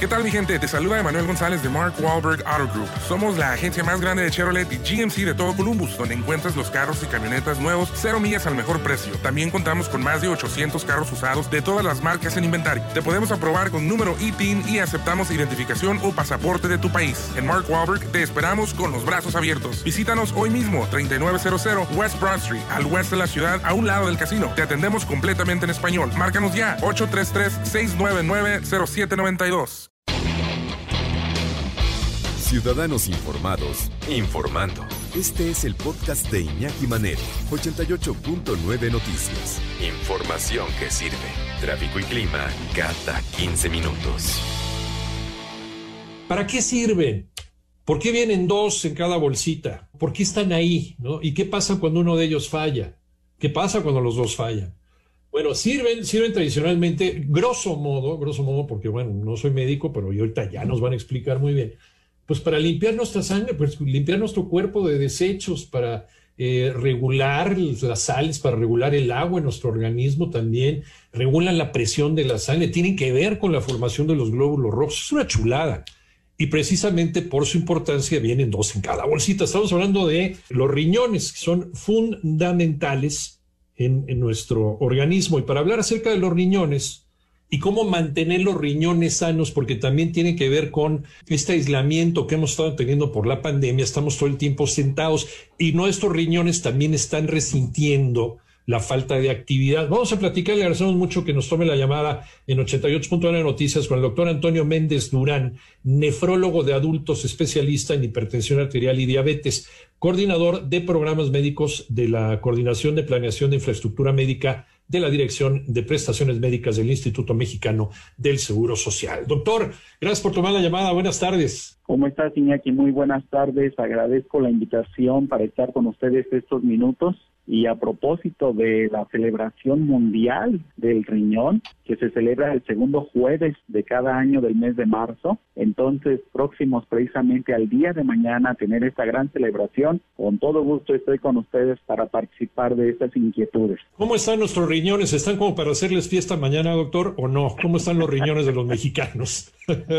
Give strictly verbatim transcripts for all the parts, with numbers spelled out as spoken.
¿Qué tal, mi gente? Te saluda Emanuel González de Mark Wahlberg Auto Group. Somos la agencia más grande de Chevrolet y G M C de todo Columbus, donde encuentras los carros y camionetas nuevos, cero millas al mejor precio. También contamos con más de ochocientos carros usados de todas las marcas en inventario. Te podemos aprobar con número I T I N y aceptamos identificación o pasaporte de tu país. En Mark Wahlberg te esperamos con los brazos abiertos. Visítanos hoy mismo, treinta y nueve cero cero West Broad Street, al oeste de la ciudad, a un lado del casino. Te atendemos completamente en español. Márcanos ya, ocho tres tres, seis nueve nueve, cero siete nueve dos. Ciudadanos informados, informando. Este es el podcast de Iñaki Manero, ochenta y ocho punto nueve Noticias. Información que sirve. Tráfico y clima cada quince minutos. ¿Para qué sirven? ¿Por qué vienen dos en cada bolsita? ¿Por qué están ahí? ¿No? ¿Y qué pasa cuando uno de ellos falla? ¿Qué pasa cuando los dos fallan? Bueno, sirven, sirven tradicionalmente, grosso modo, grosso modo, porque bueno, no soy médico, pero ahorita ya nos van a explicar muy bien, pues para limpiar nuestra sangre, pues limpiar nuestro cuerpo de desechos, para eh, regular las sales, para regular el agua en nuestro organismo también, regulan la presión de la sangre, tienen que ver con la formación de los glóbulos rojos, es una chulada. Y precisamente por su importancia vienen dos en cada bolsita. Estamos hablando de los riñones, que son fundamentales En, en nuestro organismo. Y para hablar acerca de los riñones y cómo mantener los riñones sanos, porque también tiene que ver con este aislamiento que hemos estado teniendo por la pandemia, estamos todo el tiempo sentados y nuestros riñones también están resintiendo la falta de actividad. Vamos a platicar, le agradecemos mucho que nos tome la llamada en ochenta y ocho punto nueve Noticias con el doctor Antonio Méndez Durán, nefrólogo de adultos, especialista en hipertensión arterial y diabetes, coordinador de programas médicos de la Coordinación de Planeación de Infraestructura Médica de la Dirección de Prestaciones Médicas del Instituto Mexicano del Seguro Social. Doctor, gracias por tomar la llamada. Buenas tardes. ¿Cómo estás, Iñaki? Muy buenas tardes. Agradezco la invitación para estar con ustedes estos minutos. Y a propósito de la celebración mundial del riñón, que se celebra el segundo jueves de cada año del mes de marzo, entonces próximos precisamente al día de mañana a tener esta gran celebración, con todo gusto estoy con ustedes para participar de estas inquietudes. ¿Cómo están nuestros riñones? ¿Están como para hacerles fiesta mañana, doctor, o no? ¿Cómo están los riñones de los mexicanos?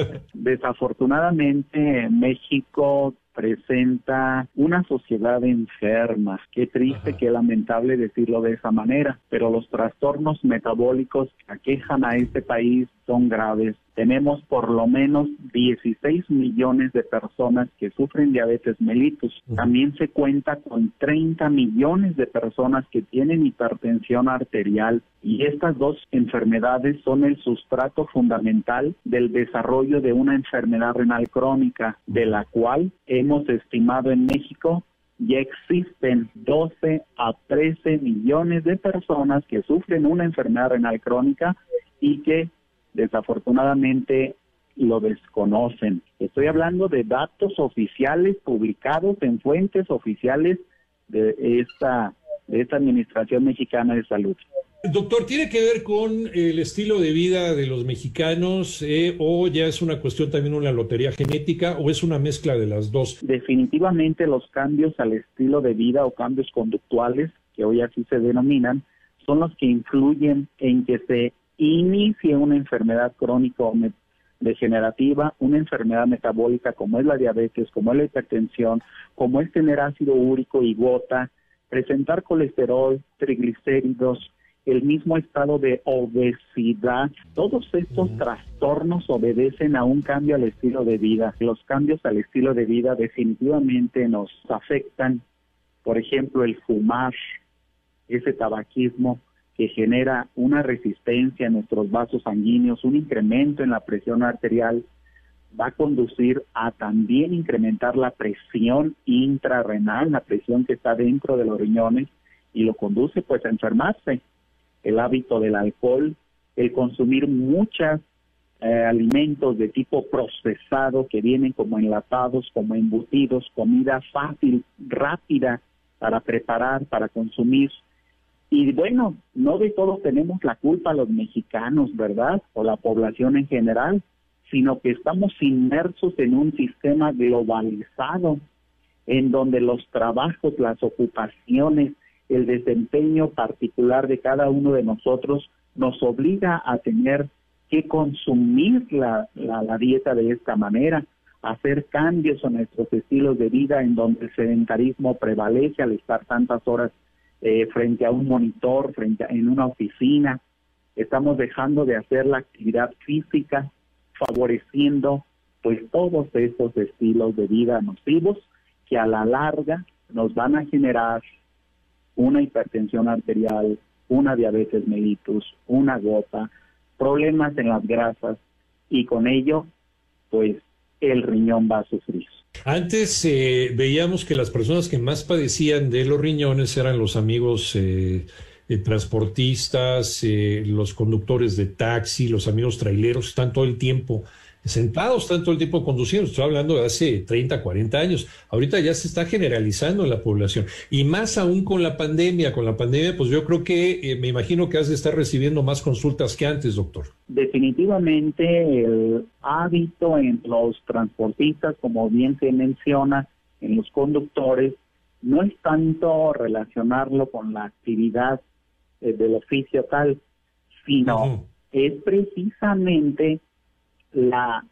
Desafortunadamente, México presenta una sociedad enferma. Qué triste, Ajá. Qué lamentable decirlo de esa manera, pero los trastornos metabólicos que aquejan a este país son graves. Tenemos por lo menos dieciséis millones de personas que sufren diabetes mellitus. También se cuenta con treinta millones de personas que tienen hipertensión arterial, y estas dos enfermedades son el sustrato fundamental del desarrollo de una enfermedad renal crónica, de la cual hemos estimado en México ya existen doce a trece millones de personas que sufren una enfermedad renal crónica y que desafortunadamente lo desconocen. Estoy hablando de datos oficiales publicados en fuentes oficiales de esta, de esta Administración Mexicana de Salud. Doctor, ¿tiene que ver con el estilo de vida de los mexicanos eh, o ya es una cuestión también una lotería genética o es una mezcla de las dos? Definitivamente los cambios al estilo de vida o cambios conductuales, que hoy así se denominan, son los que influyen en que se inicie una enfermedad crónica o degenerativa, una enfermedad metabólica como es la diabetes, como es la hipertensión, como es tener ácido úrico y gota, presentar colesterol, triglicéridos, el mismo estado de obesidad. Todos estos uh-huh. trastornos obedecen a un cambio al estilo de vida. Los cambios al estilo de vida definitivamente nos afectan. Por ejemplo, el fumar, ese tabaquismo que genera una resistencia en nuestros vasos sanguíneos, un incremento en la presión arterial, va a conducir a también incrementar la presión intrarrenal, la presión que está dentro de los riñones, y lo conduce pues a enfermarse. El hábito del alcohol, el consumir muchos eh, alimentos de tipo procesado que vienen como enlatados, como embutidos, comida fácil, rápida para preparar, para consumir. Y bueno, no de todo tenemos la culpa los mexicanos, ¿verdad? O la población en general, sino que estamos inmersos en un sistema globalizado, en donde los trabajos, las ocupaciones, el desempeño particular de cada uno de nosotros nos obliga a tener que consumir la, la, la dieta de esta manera, hacer cambios en nuestros estilos de vida en donde el sedentarismo prevalece al estar tantas horas eh, frente a un monitor, frente a, en una oficina. Estamos dejando de hacer la actividad física, favoreciendo pues todos estos estilos de vida nocivos que a la larga nos van a generar una hipertensión arterial, una diabetes mellitus, una gota, problemas en las grasas, y con ello pues el riñón va a sufrir. Antes eh, veíamos que las personas que más padecían de los riñones eran los amigos eh, eh, transportistas, eh, los conductores de taxi, los amigos traileros, están todo el tiempo sentados, están todo el tiempo conduciendo. Estoy hablando de hace treinta, cuarenta años. Ahorita ya se está generalizando en la población, y más aún con la pandemia. Con la pandemia, pues yo creo que, eh, me imagino que has de estar recibiendo más consultas que antes, doctor. Definitivamente el hábito en los transportistas, como bien se menciona, en los conductores, no es tanto relacionarlo con la actividad eh, del oficio tal, sino uh-huh. es precisamente la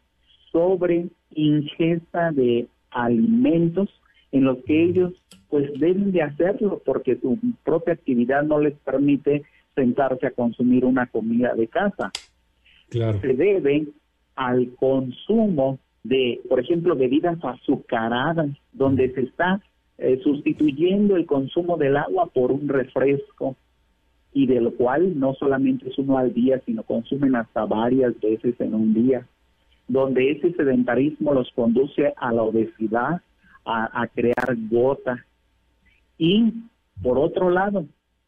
sobreingesta de alimentos en los que ellos pues deben de hacerlo porque su propia actividad no les permite sentarse a consumir una comida de casa. Claro. Se debe al consumo de, por ejemplo, bebidas azucaradas, donde se está eh, sustituyendo el consumo del agua por un refresco, y de lo cual no solamente es uno al día, sino consumen hasta varias veces en un día, donde ese sedentarismo los conduce a la obesidad, a, a crear gota. Y, por otro lado,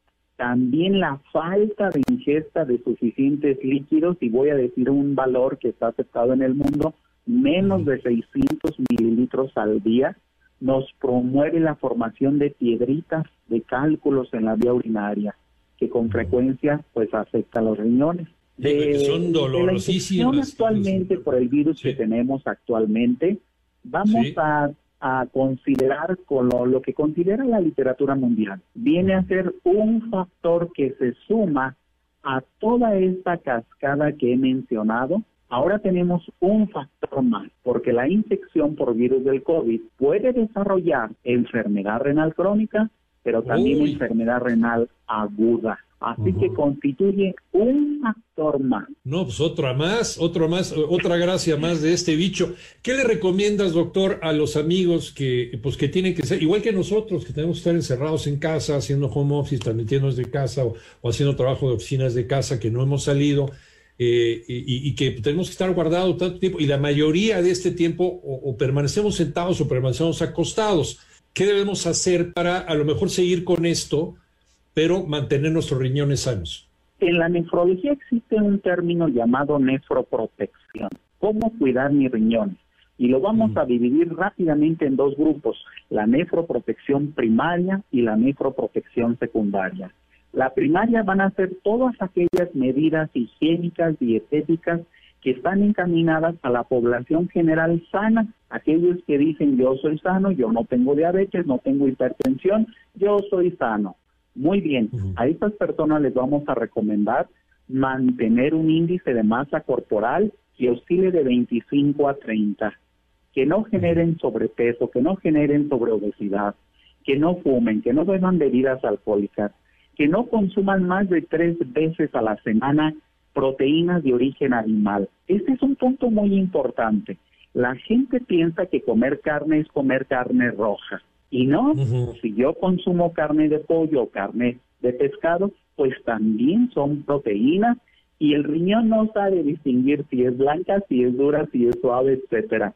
también la falta de ingesta de suficientes líquidos, y voy a decir un valor que está aceptado en el mundo, menos de seiscientos mililitros al día, nos promueve la formación de piedritas, de cálculos en la vía urinaria, que con frecuencia pues afecta a los riñones. De, son dolorosísimas. De la infección actualmente por el virus sí. que tenemos actualmente, vamos sí. a, a considerar con lo, lo que considera la literatura mundial. Viene a ser un factor que se suma a toda esta cascada que he mencionado. Ahora tenemos un factor más, porque la infección por virus del COVID puede desarrollar enfermedad renal crónica, pero también Uy. enfermedad renal aguda. Así uh-huh. que constituye un factor más. No, pues otra más, otro más, otra gracia más de este bicho. ¿Qué le recomiendas, doctor, a los amigos que, pues, que tienen que ser, igual que nosotros, que tenemos que estar encerrados en casa, haciendo home office, transmitiéndonos de casa o, o haciendo trabajo de oficinas de casa, que no hemos salido, eh, y, y que tenemos que estar guardados tanto tiempo, y la mayoría de este tiempo o, o permanecemos sentados o permanecemos acostados? ¿Qué debemos hacer para a lo mejor seguir con esto, pero mantener nuestros riñones sanos? En la nefrología existe un término llamado nefroprotección. ¿Cómo cuidar mis riñones? Y lo vamos mm. a dividir rápidamente en dos grupos, la nefroprotección primaria y la nefroprotección secundaria. La primaria van a ser todas aquellas medidas higiénicas, dietéticas, que están encaminadas a la población general sana, aquellos que dicen yo soy sano, yo no tengo diabetes, no tengo hipertensión, yo soy sano. Muy bien, uh-huh. a estas personas les vamos a recomendar mantener un índice de masa corporal que oscile de veinticinco a treinta, que no generen sobrepeso, que no generen sobreobesidad, que no fumen, que no beban bebidas alcohólicas, que no consuman más de tres veces a la semana proteínas de origen animal. Este es un punto muy importante. La gente piensa que comer carne es comer carne roja. Y no, uh-huh. si yo consumo carne de pollo o carne de pescado, pues también son proteínas, y el riñón no sabe distinguir si es blanca, si es dura, si es suave, etcétera.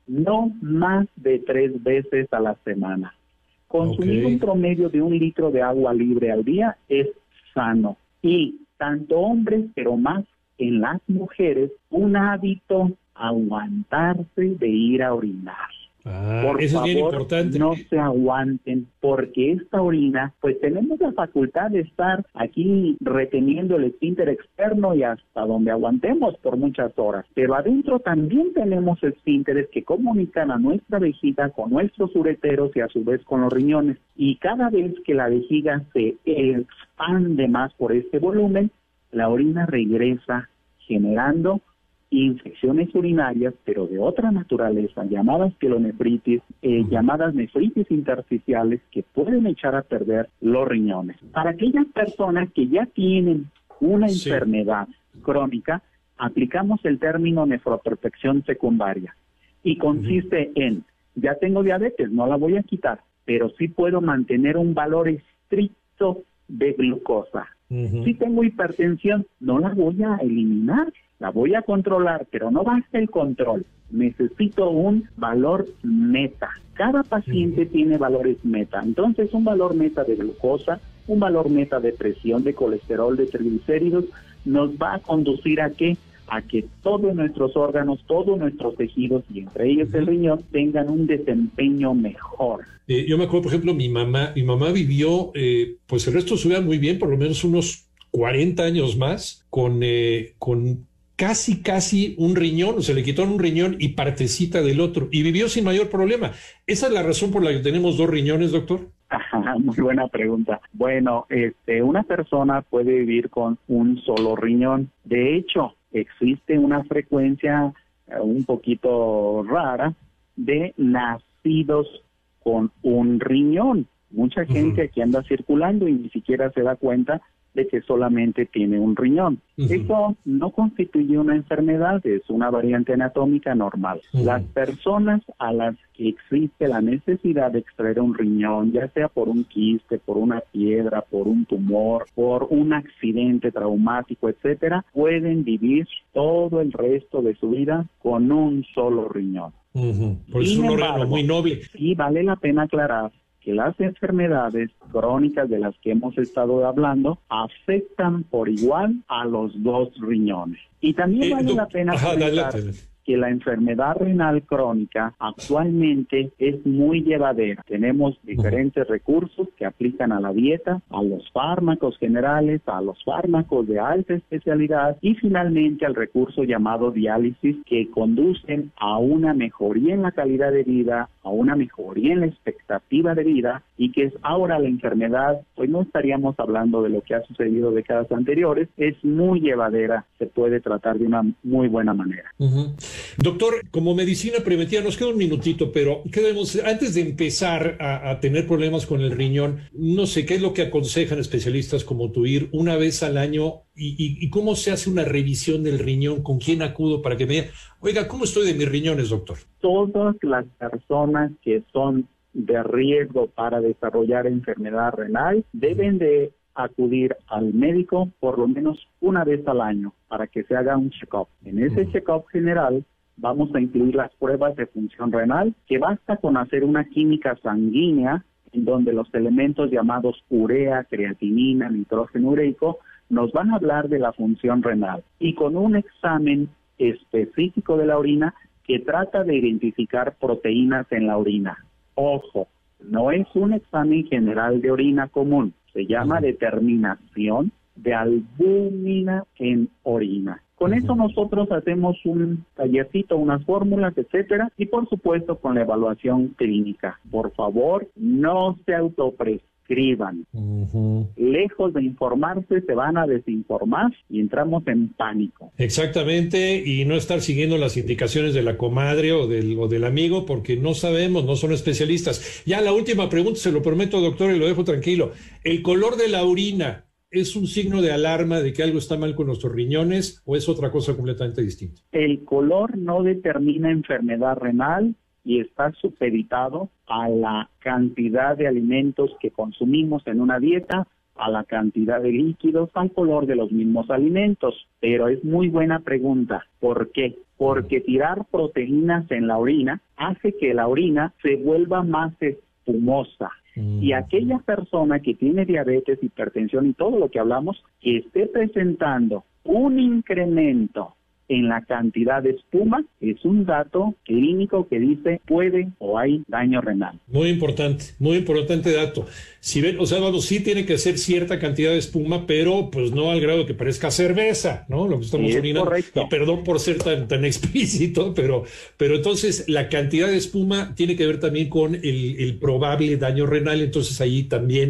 No más de tres veces a la semana. Consumir okay. un promedio de un litro de agua libre al día es sano. Y tanto hombres, pero más en las mujeres, un hábito aguantarse de ir a orinar. Ah, Por eso favor, es bien importante. No se aguanten, porque esta orina, pues tenemos la facultad de estar aquí reteniendo el esfínter externo y hasta donde aguantemos por muchas horas. Pero adentro también tenemos esfínteres que comunican a nuestra vejiga con nuestros ureteros y a su vez con los riñones. Y cada vez que la vejiga se expande más por este volumen, la orina regresa generando infecciones urinarias, pero de otra naturaleza, llamadas pielonefritis, eh, llamadas nefritis intersticiales, que pueden echar a perder los riñones. Para aquellas personas que ya tienen una sí. enfermedad crónica, aplicamos el término nefroprotección secundaria, y consiste uh-huh. en, ya tengo diabetes, no la voy a quitar, pero sí puedo mantener un valor estricto de glucosa. Uh-huh. Si tengo hipertensión, no la voy a eliminar, la voy a controlar, pero no basta el control. Necesito un valor meta. Cada paciente uh-huh. tiene valores meta. Entonces, un valor meta de glucosa, un valor meta de presión, de colesterol, de triglicéridos, nos va a conducir a que a que todos nuestros órganos, todos nuestros tejidos, y entre ellos uh-huh. el riñón, tengan un desempeño mejor. Eh, yo me acuerdo, por ejemplo, mi mamá, mi mamá vivió, eh, pues el resto de su vida muy bien, por lo menos unos cuarenta años más, con, eh, con casi, casi un riñón, o se le quitaron un riñón y partecita del otro, y vivió sin mayor problema. ¿Esa es la razón por la que tenemos dos riñones, doctor? Ajá, muy buena pregunta. Bueno, este, una persona puede vivir con un solo riñón. De hecho, existe una frecuencia uh, un poquito rara de nacidos con un riñón. Mucha gente uh-huh. aquí anda circulando y ni siquiera se da cuenta de que solamente tiene un riñón. Uh-huh. Eso no constituye una enfermedad, es una variante anatómica normal. Uh-huh. Las personas a las que existe la necesidad de extraer un riñón, ya sea por un quiste, por una piedra, por un tumor, por un accidente traumático, etcétera, pueden vivir todo el resto de su vida con un solo riñón. Uh-huh. Por eso es un órgano muy noble. Sí, vale la pena aclarar que las enfermedades crónicas de las que hemos estado hablando afectan por igual a los dos riñones. Y también eh, vale do- la pena ajá, comentar dale, dale. que la enfermedad renal crónica actualmente es muy llevadera. Tenemos diferentes recursos que aplican a la dieta, a los fármacos generales, a los fármacos de alta especialidad y finalmente al recurso llamado diálisis, que conducen a una mejoría en la calidad de vida, a una mejoría en la expectativa de vida, y que es ahora la enfermedad, pues no estaríamos hablando de lo que ha sucedido décadas anteriores, es muy llevadera, se puede tratar de una muy buena manera. Uh-huh. Doctor, como medicina preventiva, nos queda un minutito, pero ¿qué debemos, antes de empezar a, a tener problemas con el riñón, no sé, qué es lo que aconsejan especialistas como tú ir una vez al año y, y, y cómo se hace una revisión del riñón? ¿Con quién acudo para que me digan, oiga, ¿cómo estoy de mis riñones, doctor? Todas las personas que son de riesgo para desarrollar enfermedad renal deben de acudir al médico por lo menos una vez al año para que se haga un check-up. En ese uh-huh. check-up general vamos a incluir las pruebas de función renal, que basta con hacer una química sanguínea en donde los elementos llamados urea, creatinina, nitrógeno ureico nos van a hablar de la función renal, y con un examen específico de la orina que trata de identificar proteínas en la orina. Ojo, no es un examen general de orina común, se llama determinación de albúmina en orina. Con uh-huh. eso nosotros hacemos un tallercito, unas fórmulas, etcétera, y por supuesto con la evaluación clínica. Por favor, no se autoprescriban. Uh-huh. Lejos de informarse, se van a desinformar y entramos en pánico. Exactamente, y no estar siguiendo las indicaciones de la comadre o del, o del amigo, porque no sabemos, no son especialistas. Ya la última pregunta, se lo prometo, doctor, y lo dejo tranquilo. ¿El color de la orina es un signo de alarma de que algo está mal con nuestros riñones o es otra cosa completamente distinta? El color no determina enfermedad renal y está supeditado a la cantidad de alimentos que consumimos en una dieta, a la cantidad de líquidos, al color de los mismos alimentos. Pero es muy buena pregunta. ¿Por qué? Porque tirar proteínas en la orina hace que la orina se vuelva más espumosa. Y aquella persona que tiene diabetes, hipertensión y todo lo que hablamos, que esté presentando un incremento en la cantidad de espuma, es un dato clínico que dice puede o hay daño renal. Muy importante, muy importante dato. Si ven, o sea, vamos, sí tiene que ser cierta cantidad de espuma, pero pues no al grado que parezca cerveza, ¿no? Lo que estamos sí, orinando. Correcto. Y perdón por ser tan, tan explícito, pero, pero entonces la cantidad de espuma tiene que ver también con el, el probable daño renal, entonces ahí también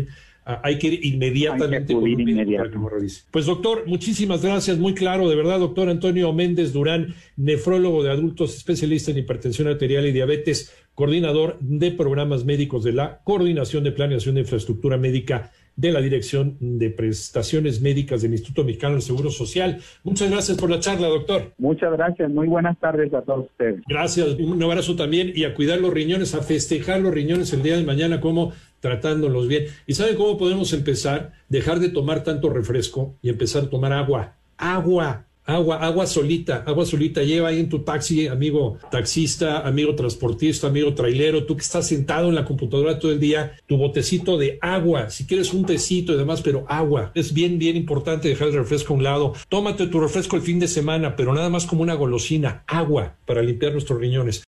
a, hay que ir inmediatamente hay que acudir con un médico inmediato. para que me revise. Pues doctor, muchísimas gracias, muy claro, de verdad, doctor Antonio Méndez Durán, nefrólogo de adultos, especialista en hipertensión arterial y diabetes, coordinador de programas médicos de la Coordinación de Planeación de Infraestructura Médica de la Dirección de Prestaciones Médicas del Instituto Mexicano del Seguro Social. Muchas gracias por la charla, doctor. Muchas gracias, muy buenas tardes a todos ustedes. Gracias, un abrazo también y a cuidar los riñones, a festejar los riñones el día de mañana, como tratándolos bien. ¿Y saben cómo podemos empezar? Dejar de tomar tanto refresco y empezar a tomar agua. Agua. Agua, agua solita, agua solita, lleva ahí en tu taxi, amigo taxista, amigo transportista, amigo trailero, tú que estás sentado en la computadora todo el día, tu botecito de agua, si quieres un tecito y demás, pero agua, es bien, bien importante dejar el refresco a un lado, tómate tu refresco el fin de semana, pero nada más como una golosina, agua para limpiar nuestros riñones.